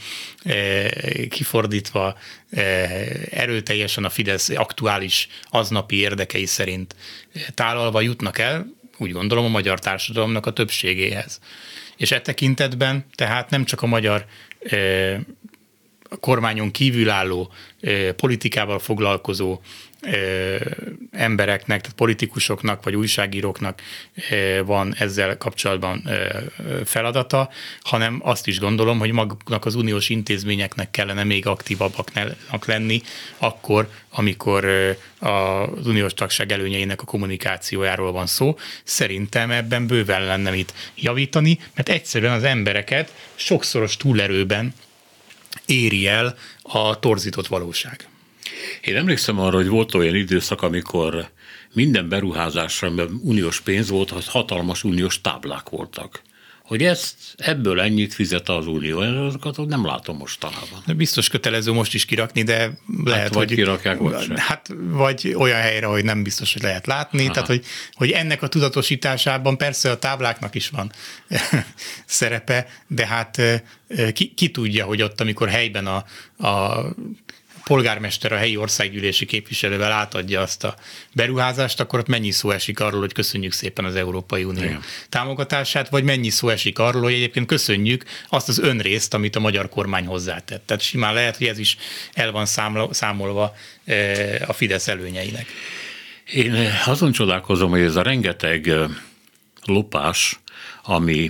kifordítva, erőteljesen a Fidesz aktuális aznapi érdekei szerint tálalva jutnak el, úgy gondolom, a magyar társadalomnak a többségéhez. És e tekintetben tehát nem csak a magyar eh, a kormányon kívülálló eh, politikával foglalkozó eh, embereknek, tehát politikusoknak vagy újságíróknak eh, van ezzel kapcsolatban eh, feladata, hanem azt is gondolom, hogy maguknak az uniós intézményeknek kellene még aktívabbaknak lenni, akkor, amikor eh, az uniós tagság előnyeinek a kommunikációjáról van szó. Szerintem ebben bőven lenne mit javítani, mert egyszerűen az embereket sokszoros túlerőben éri el a torzított valóság. Én emlékszem arra, hogy volt olyan időszak, amikor minden beruházásra, amiben uniós pénz volt, az hatalmas uniós táblák voltak. Hogy ezt, ebből ennyit fizet az Unió, azokat nem látom mostanában. De biztos kötelező most is kirakni, de lehet, hát vagy hogy... kirakják, vagy sem. Hát, vagy olyan helyre, hogy nem biztos, hogy lehet látni. Aha. Tehát, hogy, hogy ennek a tudatosításában persze a tábláknak is van szerepe, de hát ki, ki tudja, hogy ott, amikor helyben a, a polgármester a helyi országgyűlési képviselővel átadja azt a beruházást, akkor ott mennyi szó esik arról, hogy köszönjük szépen az Európai Unió Igen. támogatását, vagy mennyi szó esik arról, hogy egyébként köszönjük azt az önrészt, amit a magyar kormány hozzátett. Tehát simán lehet, hogy ez is el van számolva a Fidesz előnyeinek. Én azon csodálkozom, hogy ez a rengeteg lopás, ami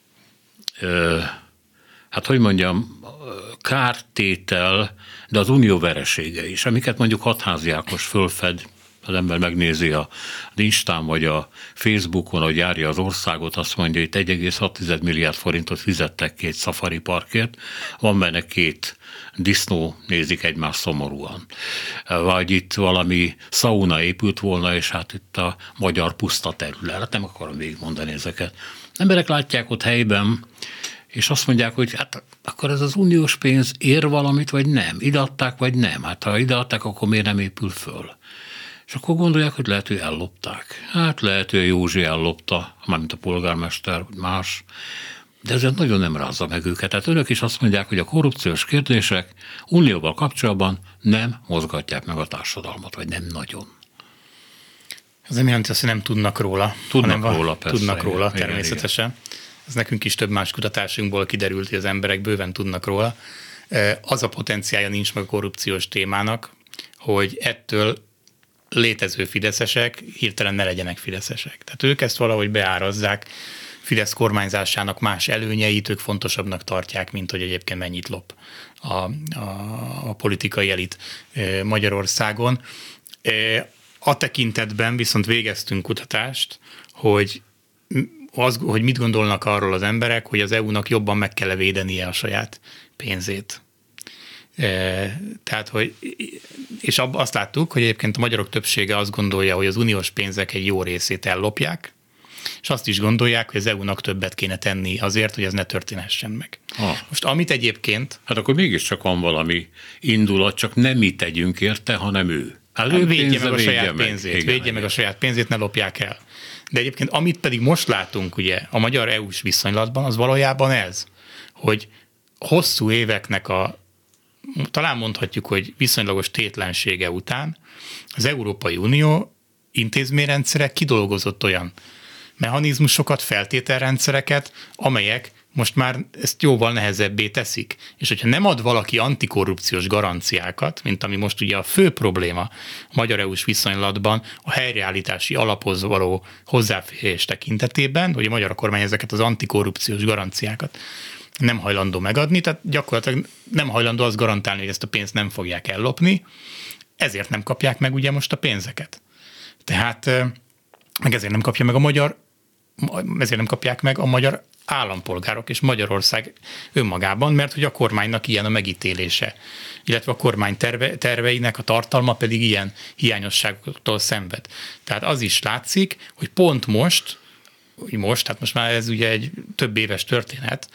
hát hogy mondjam, kártétel, de az unió veresége is, amiket mondjuk Hatházi Ákos fölfed, az ember megnézi a Instán vagy a Facebookon, hogy járja az országot, azt mondja, hogy egy egész hat milliárd forintot fizettek két Safari Parkért, van benne két disznó, nézik egymást szomorúan. Vagy itt valami szauna épült volna, és hát itt a magyar puszta terület, hát nem akarom végigmondani ezeket. Emberek látják ott helyben, és azt mondják, hogy hát akkor ez az uniós pénz ér valamit, vagy nem? Ideadták, vagy nem? Hát ha ideadták, akkor miért nem épül föl? És akkor gondolják, hogy lehet, hogy ellopták. Hát lehet, hogy a Józsi ellopta, mármint a polgármester, vagy más, de ez nagyon nem rázza meg őket. Tehát önök is azt mondják, hogy a korrupciós kérdések unióval kapcsolatban nem mozgatják meg a társadalmat, vagy nem nagyon. Ez nem jelenti azt, hogy nem tudnak róla. Tudnak róla, persze. Tudnak róla, igen, természetesen. Igen. Ez nekünk is több más kutatásunkból kiderült, hogy az emberek bőven tudnak róla. Az a potenciálja nincs meg a korrupciós témának, hogy ettől létező fideszesek hirtelen ne legyenek fideszesek. Tehát ők ezt valahogy beárazzák, Fidesz kormányzásának más előnyeit ők fontosabbnak tartják, mint hogy egyébként mennyit lop a, a, a politikai elit Magyarországon. A tekintetben viszont végeztünk kutatást, hogy Az, hogy mit gondolnak arról az emberek, hogy az é u-nak jobban meg kell védenie a saját pénzét. E, tehát, hogy, és azt láttuk, hogy egyébként a magyarok többsége azt gondolja, hogy az uniós pénzek egy jó részét ellopják, és azt is gondolják, hogy az é u-nak többet kéne tenni azért, hogy ez ne történhessen meg. Ha. Most amit egyébként... Hát akkor mégiscsak van valami indulat, csak nem mi tegyünk érte, hanem ő. Hát ő védje meg a saját meg. pénzét, igen, védje igen. meg a saját pénzét, ne lopják el. De egyébként amit pedig most látunk ugye a magyar é u-s viszonylatban, az valójában ez, hogy hosszú éveknek a talán mondhatjuk, hogy viszonylagos tétlensége után az Európai Unió intézményrendszere kidolgozott olyan mechanizmusokat, feltételrendszereket, amelyek most már ezt jóval nehezebbé teszik. És hogyha nem ad valaki antikorrupciós garanciákat, mint ami most ugye a fő probléma a magyar é u-s viszonylatban a helyreállítási alaphoz való hozzáférés tekintetében, hogy a magyar kormány ezeket az antikorrupciós garanciákat nem hajlandó megadni, tehát gyakorlatilag nem hajlandó azt garantálni, hogy ezt a pénzt nem fogják ellopni, ezért nem kapják meg ugye most a pénzeket. Tehát meg ezért nem kapja meg a magyar, ezért nem kapják meg a magyar állampolgárok és Magyarország önmagában, mert hogy a kormánynak ilyen a megítélése, illetve a kormány terve, terveinek a tartalma pedig ilyen hiányosságoktól szenved. Tehát az is látszik, hogy pont most, most, tehát most már ez ugye egy több éves történet,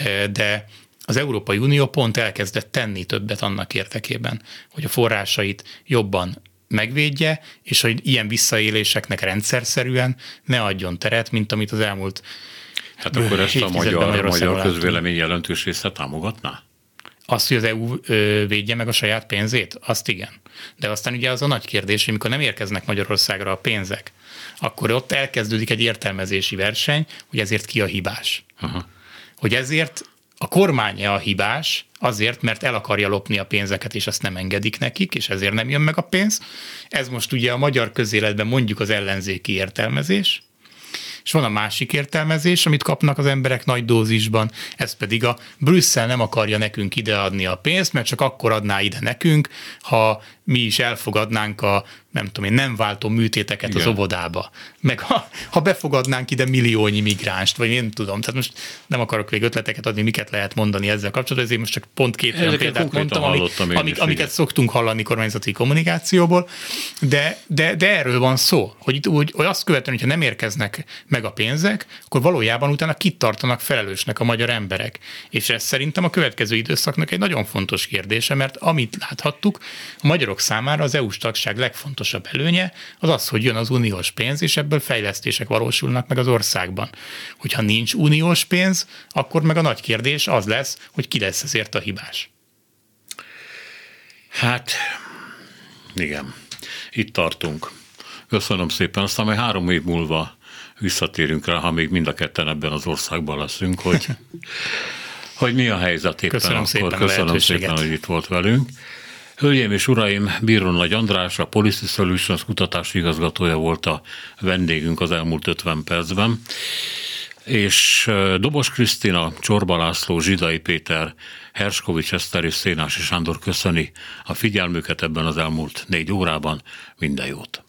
de az Európai Unió pont elkezdett tenni többet annak érdekében, hogy a forrásait jobban megvédje, és hogy ilyen visszaéléseknek rendszerszerűen ne adjon teret, mint amit az elmúlt Hát akkor ezt a magyar, magyar közvélemény jelentős része támogatná? Azt, hogy az é u védje meg a saját pénzét? Azt igen. De aztán ugye az a nagy kérdés, hogy amikor nem érkeznek Magyarországra a pénzek, akkor ott elkezdődik egy értelmezési verseny, hogy ezért ki a hibás. Aha. Hogy ezért a kormánya a hibás, azért, mert el akarja lopni a pénzeket, és azt nem engedik nekik, és ezért nem jön meg a pénz. Ez most ugye a magyar közéletben mondjuk az ellenzéki értelmezés, és van a másik értelmezés, amit kapnak az emberek nagy dózisban, ez pedig a Brüsszel nem akarja nekünk ideadni a pénzt, mert csak akkor adná ide nekünk, ha mi is elfogadnánk a, nem tudom én, nem váltó műtéteket Igen. az óvodába. Meg ha, ha befogadnánk ide milliónyi migránst, vagy én tudom, tehát most nem akarok még ötleteket adni, miket lehet mondani ezzel kapcsolatban, ezért most csak pont két olyan példát mondtam, amik, amik, amiket szoktunk hallani kormányzati kommunikációból, de, de, de erről van szó, hogy, itt úgy, hogy azt követően, hogyha nem érkeznek meg a pénzek, akkor valójában utána kit tartanak felelősnek a magyar emberek. És ez szerintem a következő időszaknak egy nagyon fontos kérdése, mert amit láthattuk, a magyarok számára az é u-s tagság legfontosabb előnye az az, hogy jön az uniós pénz, és ebből fejlesztések valósulnak meg az országban. Hogyha nincs uniós pénz, akkor meg a nagy kérdés az lesz, hogy ki lesz ezért a hibás. Hát, igen, itt tartunk. Köszönöm szépen, aztán majd három év múlva visszatérünk rá, ha még mind a ketten ebben az országban leszünk, hogy, hogy mi a helyzet éppen. Köszönöm akkor. Szépen Köszönöm szépen, hogy itt volt velünk. Hölgyeim és uraim, Bíró Nagy András, a Policy Solutions kutatási igazgatója volt a vendégünk az elmúlt ötven percben, és Dobos Krisztina, Csorba László, Zsidai Péter, Herskovics Eszter és Szénási Sándor köszöni a figyelmüket ebben az elmúlt négy órában. Minden jót!